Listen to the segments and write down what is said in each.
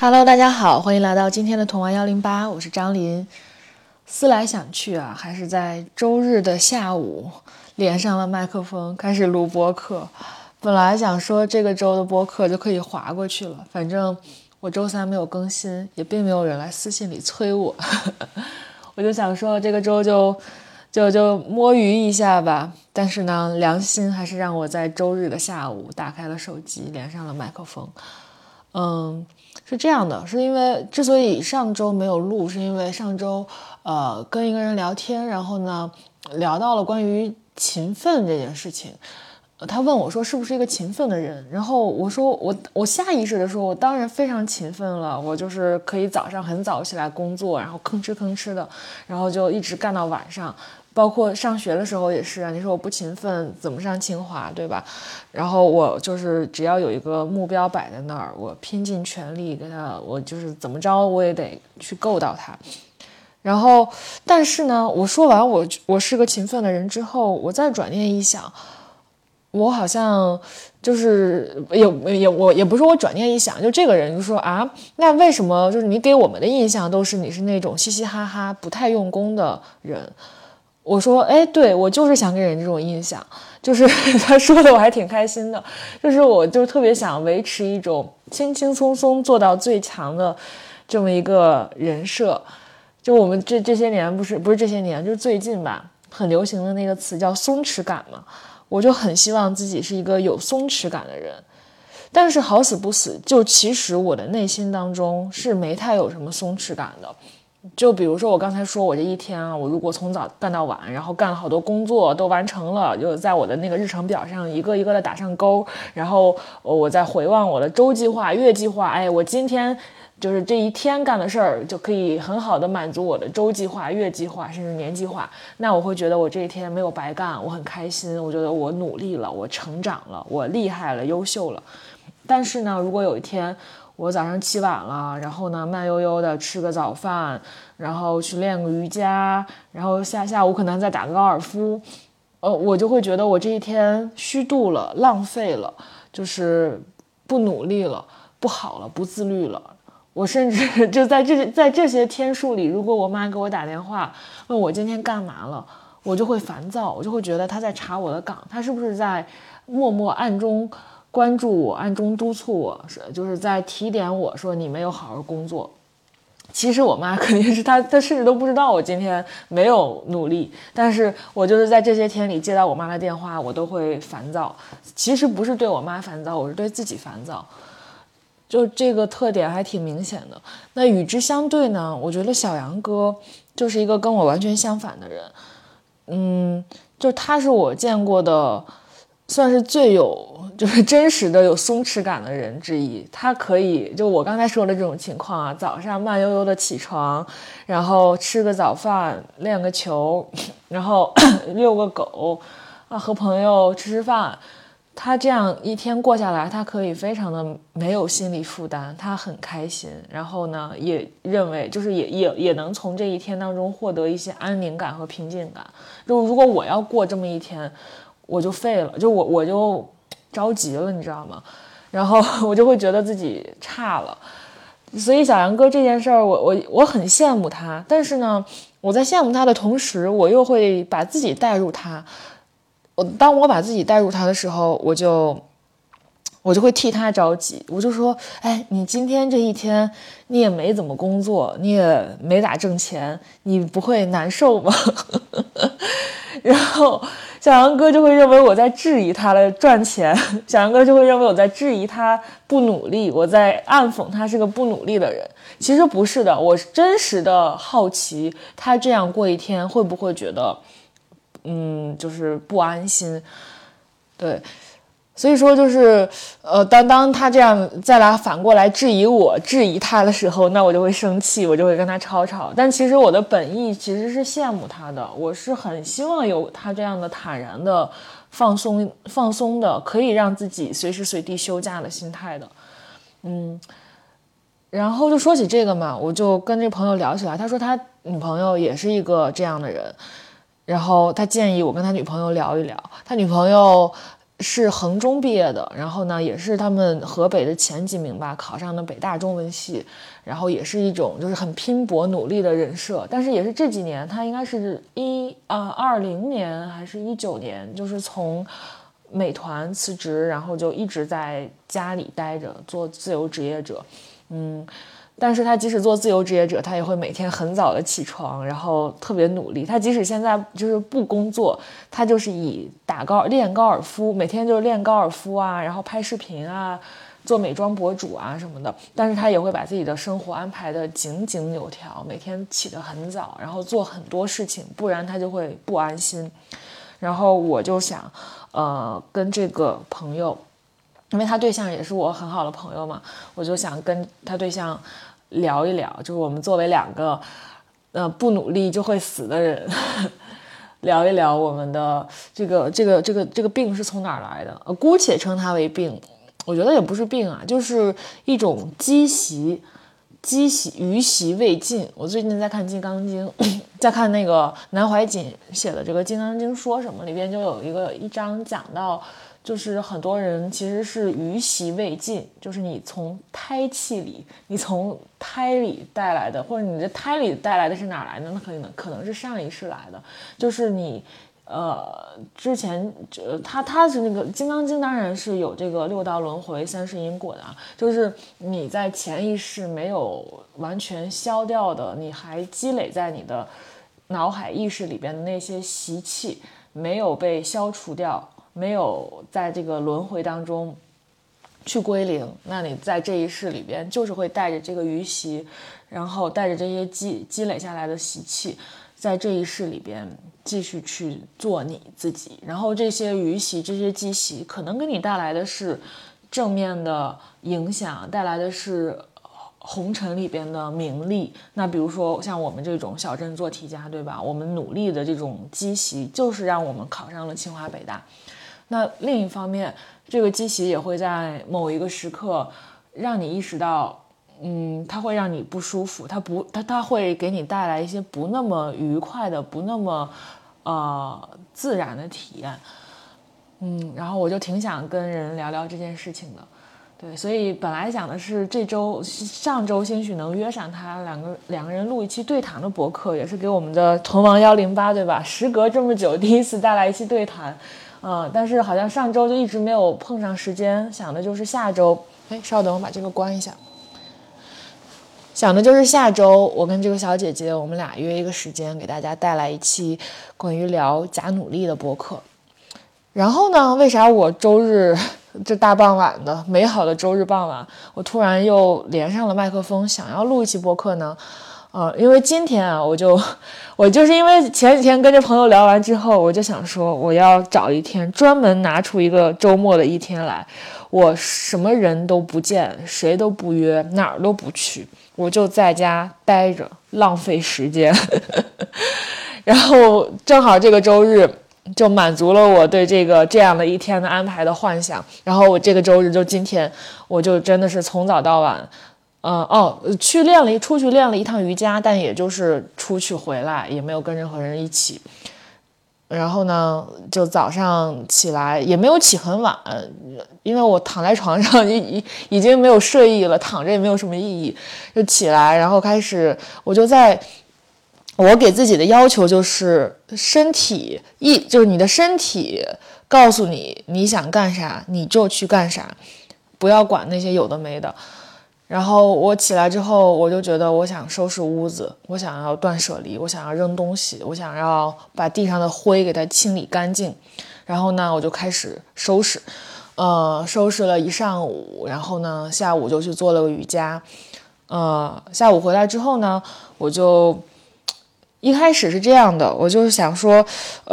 Hello，大家好，欢迎来到今天的童话108，我是张琳。思来想去啊，还是在周日的下午连上了麦克风，开始录播客。本来想说这个周的播客就可以划过去了，反正我周三没有更新，也并没有人来私信里催我。我就想说这个周就摸鱼一下吧。但是呢，良心还是让我在周日的下午打开了手机，连上了麦克风。是这样的，是因为之所以上周没有录，是因为上周跟一个人聊天，然后呢聊到了关于勤奋这件事情。他问我说是不是一个勤奋的人，然后我说我下意识的说我当然非常勤奋了，我就是可以早上很早起来工作，然后吭哧吭哧的，然后就一直干到晚上。包括上学的时候也是啊，你说我不勤奋怎么上清华，对吧？然后我就是只要有一个目标摆在那儿，我拼尽全力给他，我就是怎么着我也得去够到他。然后但是呢，我说完我是个勤奋的人之后，我再转念一想，我好像就是我也不是我转念一想，就这个人就说啊，那为什么就是你给我们的印象都是你是那种嘻嘻哈哈不太用功的人？我说对，我就是想给人这种印象，就是他说的我还挺开心的，就是我就特别想维持一种轻轻松松做到最强的这么一个人设。就我们这些年不是这些年，就是最近吧，很流行的那个词叫松弛感嘛，我就很希望自己是一个有松弛感的人。但是好死不死，就其实我的内心当中是没太有什么松弛感的。就比如说我刚才说我这一天啊，我如果从早干到晚，然后干了好多工作都完成了，就在我的那个日程表上一个一个的打上勾，然后我再回望我的周计划、月计划，我今天就是这一天干的事儿就可以很好的满足我的周计划、月计划甚至年计划，那我会觉得我这一天没有白干，我很开心，我觉得我努力了，我成长了，我厉害了，优秀了。但是呢，如果有一天我早上起晚了，然后呢慢悠悠的吃个早饭，然后去练个瑜伽，然后下午可能再打个高尔夫，我就会觉得我这一天虚度了，浪费了，就是不努力了，不好了，不自律了。我甚至就在这些天数里，如果我妈给我打电话问我今天干嘛了，我就会烦躁，我就会觉得她在查我的岗，她是不是在默默暗中关注我，暗中督促我，就是在提点我说你没有好好工作。其实我妈肯定是她甚至都不知道我今天没有努力，但是我就是在这些天里接到我妈的电话，我都会烦躁。其实不是对我妈烦躁，我是对自己烦躁。就这个特点还挺明显的。那与之相对呢，我觉得小杨哥就是一个跟我完全相反的人。就他是我见过的算是最有就是真实的有松弛感的人之一。他可以就我刚才说的这种情况啊，早上慢悠悠的起床，然后吃个早饭，练个球，然后遛个狗啊，和朋友吃饭。他这样一天过下来，他可以非常的没有心理负担，他很开心，然后呢也认为就是也能从这一天当中获得一些安宁感和平静感。就如果我要过这么一天，我就废了，就我就着急了，你知道吗？然后我就会觉得自己差了。所以小杨哥这件事儿，我很羡慕他，但是呢，我在羡慕他的同时，我又会把自己带入他。当我把自己带入他的时候，我就会替他着急，我就说，你今天这一天你也没怎么工作，你也没咋挣钱，你不会难受吗？然后小杨哥就会认为我在质疑他的赚钱，小杨哥就会认为我在质疑他不努力，我在暗讽他是个不努力的人。其实不是的，我是真实的好奇他这样过一天会不会觉得就是不安心。对，所以说就是当他这样再来反过来质疑他的时候，那我就会生气，我就会跟他吵。但其实我的本意其实是羡慕他的，我是很希望有他这样的坦然的放松的可以让自己随时随地休假的心态的。然后就说起这个嘛，我就跟这朋友聊起来，他说他女朋友也是一个这样的人，然后他建议我跟他女朋友聊一聊。他女朋友是衡中毕业的，然后呢，也是他们河北的前几名吧，考上的北大中文系，然后也是一种就是很拼搏努力的人设。但是也是这几年，他应该是20年还是19年，就是从美团辞职，然后就一直在家里待着做自由职业者。但是他即使做自由职业者，他也会每天很早的起床，然后特别努力。他即使现在就是不工作，他就是以练高尔夫，每天就是练高尔夫啊，然后拍视频啊，做美妆博主啊什么的。但是他也会把自己的生活安排的井井有条，每天起得很早，然后做很多事情，不然他就会不安心。然后我就想，跟这个朋友，因为他对象也是我很好的朋友嘛，我就想跟他对象聊一聊，就是我们作为两个不努力就会死的人聊一聊我们的这个病是从哪儿来的，姑且称它为病，我觉得也不是病啊，就是一种积习余习未尽。我最近在看《金刚经》在看那个南怀瑾写的这个《金刚经》说什么，里边就有一章讲到，就是很多人其实是余习未尽，就是你从胎气里，你从胎里带来的，或者你的胎里带来的是哪来的？那可能是上一世来的，就是你之前他是那个《金刚经》，当然是有这个六道轮回、三世因果的啊，就是你在前一世没有完全消掉的，你还积累在你的脑海意识里边的那些习气没有被消除掉，没有在这个轮回当中去归零，那你在这一世里边就是会带着这个余习，然后带着这些积累下来的习气，在这一世里边继续去做你自己。然后这些余习、这些积习可能给你带来的是正面的影响，带来的是红尘里边的名利。那比如说像我们这种小镇做题家，对吧，我们努力的这种积习就是让我们考上了清华北大。那另一方面，这个积习也会在某一个时刻让你意识到，它会让你不舒服，它会给你带来一些不那么愉快的、不那么自然的体验。然后我就挺想跟人聊聊这件事情的。对，所以本来想的是上周兴许能约上他两个人录一期对谈的博客，也是给我们的屯王108，对吧？时隔这么久，第一次带来一期对谈。但是好像上周就一直没有碰上时间，想的就是下周。稍等，我把这个关一下。想的就是下周我跟这个小姐姐，我们俩约一个时间，给大家带来一期关于聊假努力的博客。然后呢，为啥我周日这大傍晚的美好的周日傍晚，我突然又连上了麦克风，想要录一期播客呢？因为今天啊，我就是因为前几天跟这朋友聊完之后，我就想说，我要找一天专门拿出一个周末的一天来，我什么人都不见，谁都不约，哪儿都不去，我就在家待着，浪费时间。然后正好这个周日就满足了我对这样的一天的安排的幻想。然后我这个周日就今天，我就真的是从早到晚。出去练了一趟瑜伽，但也就是出去回来，也没有跟任何人一起。然后呢，就早上起来也没有起很晚，因为我躺在床上已经没有睡意了，躺着也没有什么意义，就起来，然后开始我给自己的要求就是就是你的身体告诉你想干啥，你就去干啥，不要管那些有的没的。然后我起来之后，我就觉得我想收拾屋子，我想要断舍离，我想要扔东西，我想要把地上的灰给它清理干净。然后呢，我就开始收拾了一上午。然后呢，下午就去做了个瑜伽。下午回来之后呢，我就一开始是这样的，我就是想说，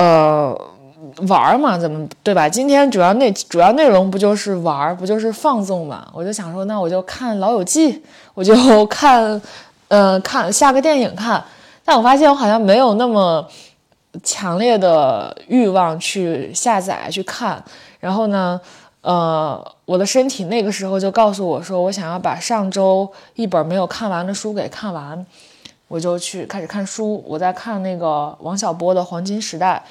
玩嘛，对吧？今天主要内容不就是玩，不就是放纵嘛？我就想说，那我就看《老友记》，我就看下个电影看。但我发现我好像没有那么强烈的欲望去下载去看。然后呢，我的身体那个时候就告诉我说，我想要把上周一本没有看完的书给看完，我就去开始看书。我在看那个王小波的《黄金时代》。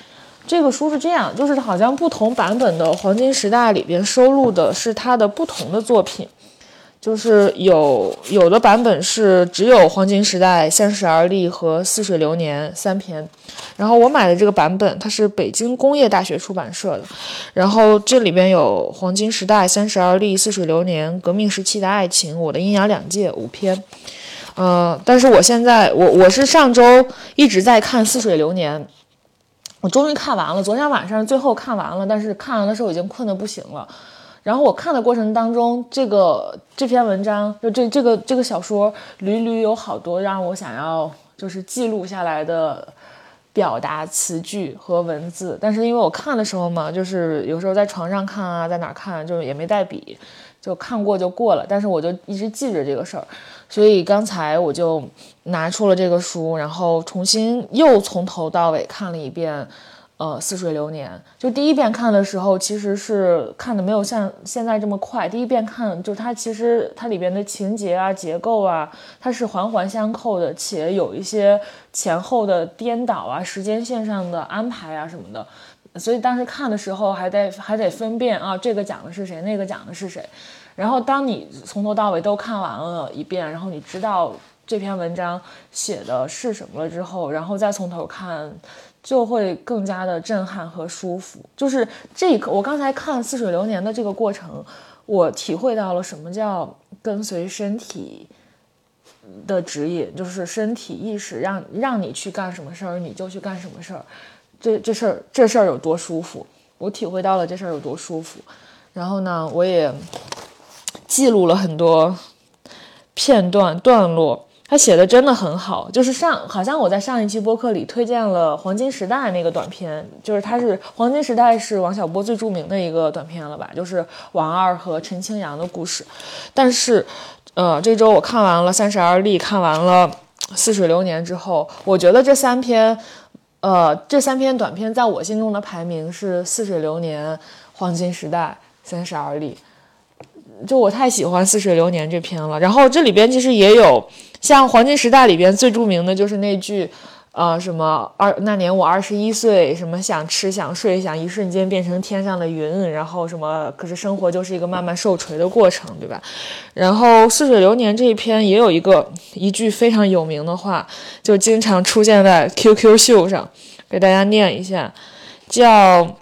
这个书是这样，就是好像不同版本的《黄金时代》里边收录的是他的不同的作品，就是有的版本是只有《黄金时代》、《三十而立》和《似水流年》3篇，然后我买的这个版本它是北京工业大学出版社的，然后这里边有《黄金时代》、《三十而立》、《似水流年》、革命时期的爱情、我的阴阳两界5篇。但是我现在我是上周一直在看《似水流年》，我终于看完了，昨天晚上最后看完了，但是看完的时候已经困得不行了。然后我看的过程当中，这篇文章就这个小说屡屡有好多让我想要就是记录下来的表达词句和文字，但是因为我看的时候嘛，就是有时候在床上看啊，在哪看，就也没带笔，就看过就过了，但是我就一直记着这个事儿，所以刚才我就拿出了这个书，然后重新又从头到尾看了一遍似水流年。就第一遍看的时候其实是看的没有像现在这么快，第一遍看就它其实它里边的情节啊结构啊它是环环相扣的，且有一些前后的颠倒啊，时间线上的安排啊什么的，所以当时看的时候还得分辨啊，这个讲的是谁，那个讲的是谁。然后当你从头到尾都看完了一遍，然后你知道这篇文章写的是什么了之后，然后再从头看就会更加的震撼和舒服。就是我刚才看似水流年的这个过程，我体会到了什么叫跟随身体的指引，就是身体意识让你去干什么事儿你就去干什么事儿，这事儿有多舒服，我体会到了这事儿有多舒服。然后呢我也记录了很多片段段落，他写的真的很好，就是好像我在上一期播客里推荐了《黄金时代》那个短片，就是《黄金时代》是王小波最著名的一个短片了吧，就是王二和陈清扬的故事。但是这周我看完了《三十而立》，看完了《似水流年》之后，我觉得这三篇短片在我心中的排名是《似水流年》、《黄金时代》、《三十而立》。就我太喜欢《似水流年》这篇了，然后这里边其实也有像《黄金时代》里边最著名的就是那句什么那年我21岁，什么想吃想睡想一瞬间变成天上的云，然后什么可是生活就是一个慢慢受锤的过程，对吧？然后《似水流年》这一篇也有一句非常有名的话，就经常出现在 QQ 秀上，给大家念一下，叫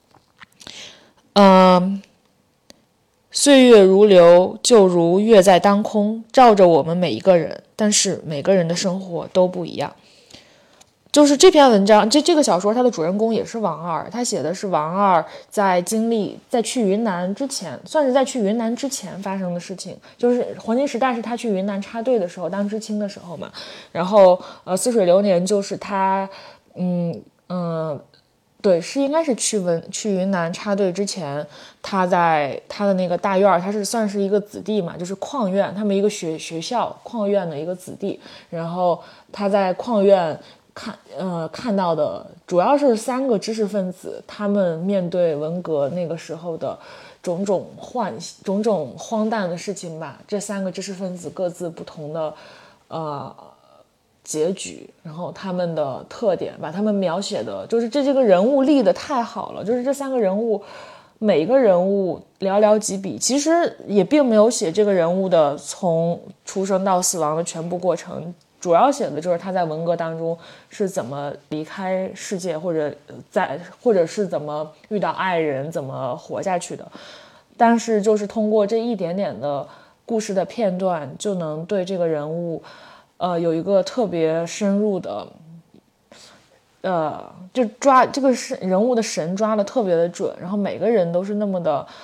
岁月如流，就如月在当空，照着我们每一个人，但是每个人的生活都不一样。就是这篇文章，这个小说，它的主人公也是王二，他写的是王二在去云南之前，算是在去云南之前发生的事情。就是黄金时代是他去云南插队的时候，当知青的时候嘛。然后似水流年就是他，对，应该是去云南插队之前，他在他的那个大院，他是算是一个子弟嘛，就是矿院，他们一个学校矿院的一个子弟，然后他在矿院看到的主要是3个知识分子，他们面对文革那个时候的种种荒诞的事情吧。这3个知识分子各自不同的结局，然后他们的特点把他们描写的就是这个人物立得太好了，就是这3个人物每一个人物寥寥几笔，其实也并没有写这个人物的从出生到死亡的全部过程，主要写的就是他在文革当中是怎么离开世界，或者是怎么遇到爱人，怎么活下去的。但是就是通过这一点点的故事的片段，就能对这个人物有一个特别深入的就抓这个人物的神抓的特别的准，然后每个人都是那么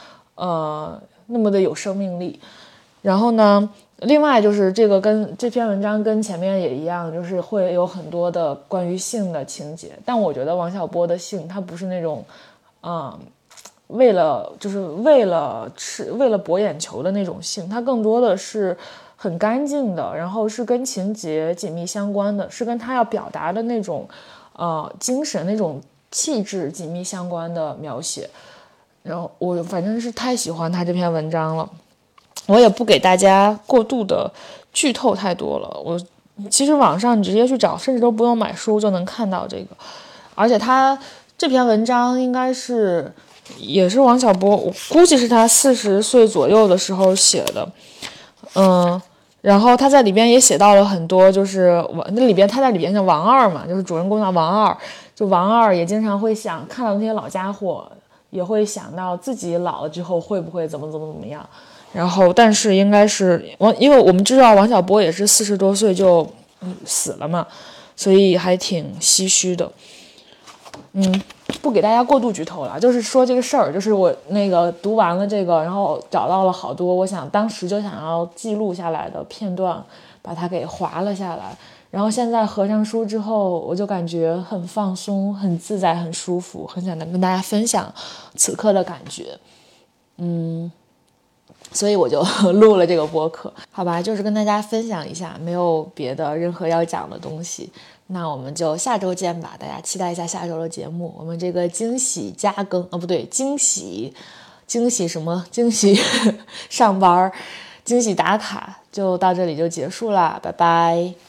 的有生命力。然后呢另外就是跟这篇文章跟前面也一样，就是会有很多的关于性的情节，但我觉得王小波的性他不是那种为了博眼球的那种性，他更多的是很干净的，然后是跟情节紧密相关的，是跟他要表达的那种精神那种气质紧密相关的描写。然后我反正是太喜欢他这篇文章了，我也不给大家过度的剧透太多了，我其实网上你直接去找，甚至都不用买书就能看到这个。而且他这篇文章应该是也是王小波，我估计是他40岁左右的时候写的，然后他在里边也写到了很多，就是他在里边叫王二嘛，就是主人公叫王二，就王二也经常会想看到那些老家伙，也会想到自己老了之后会不会怎么样。然后，但是应该是因为我们知道王小波也是40多岁就死了嘛，所以还挺唏嘘的。不给大家过度剧透了，就是说这个事儿，就是我那个读完了这个，然后找到了好多我当时就想要记录下来的片段，把它给划了下来。然后现在合上书之后，我就感觉很放松、很自在、很舒服，很想跟大家分享此刻的感觉。所以我就录了这个播客，好吧，就是跟大家分享一下，没有别的任何要讲的东西。那我们就下周见吧，大家期待一下下周的节目。我们这个惊喜加更不对，惊喜什么？惊喜上班，惊喜打卡就到这里就结束啦，拜拜。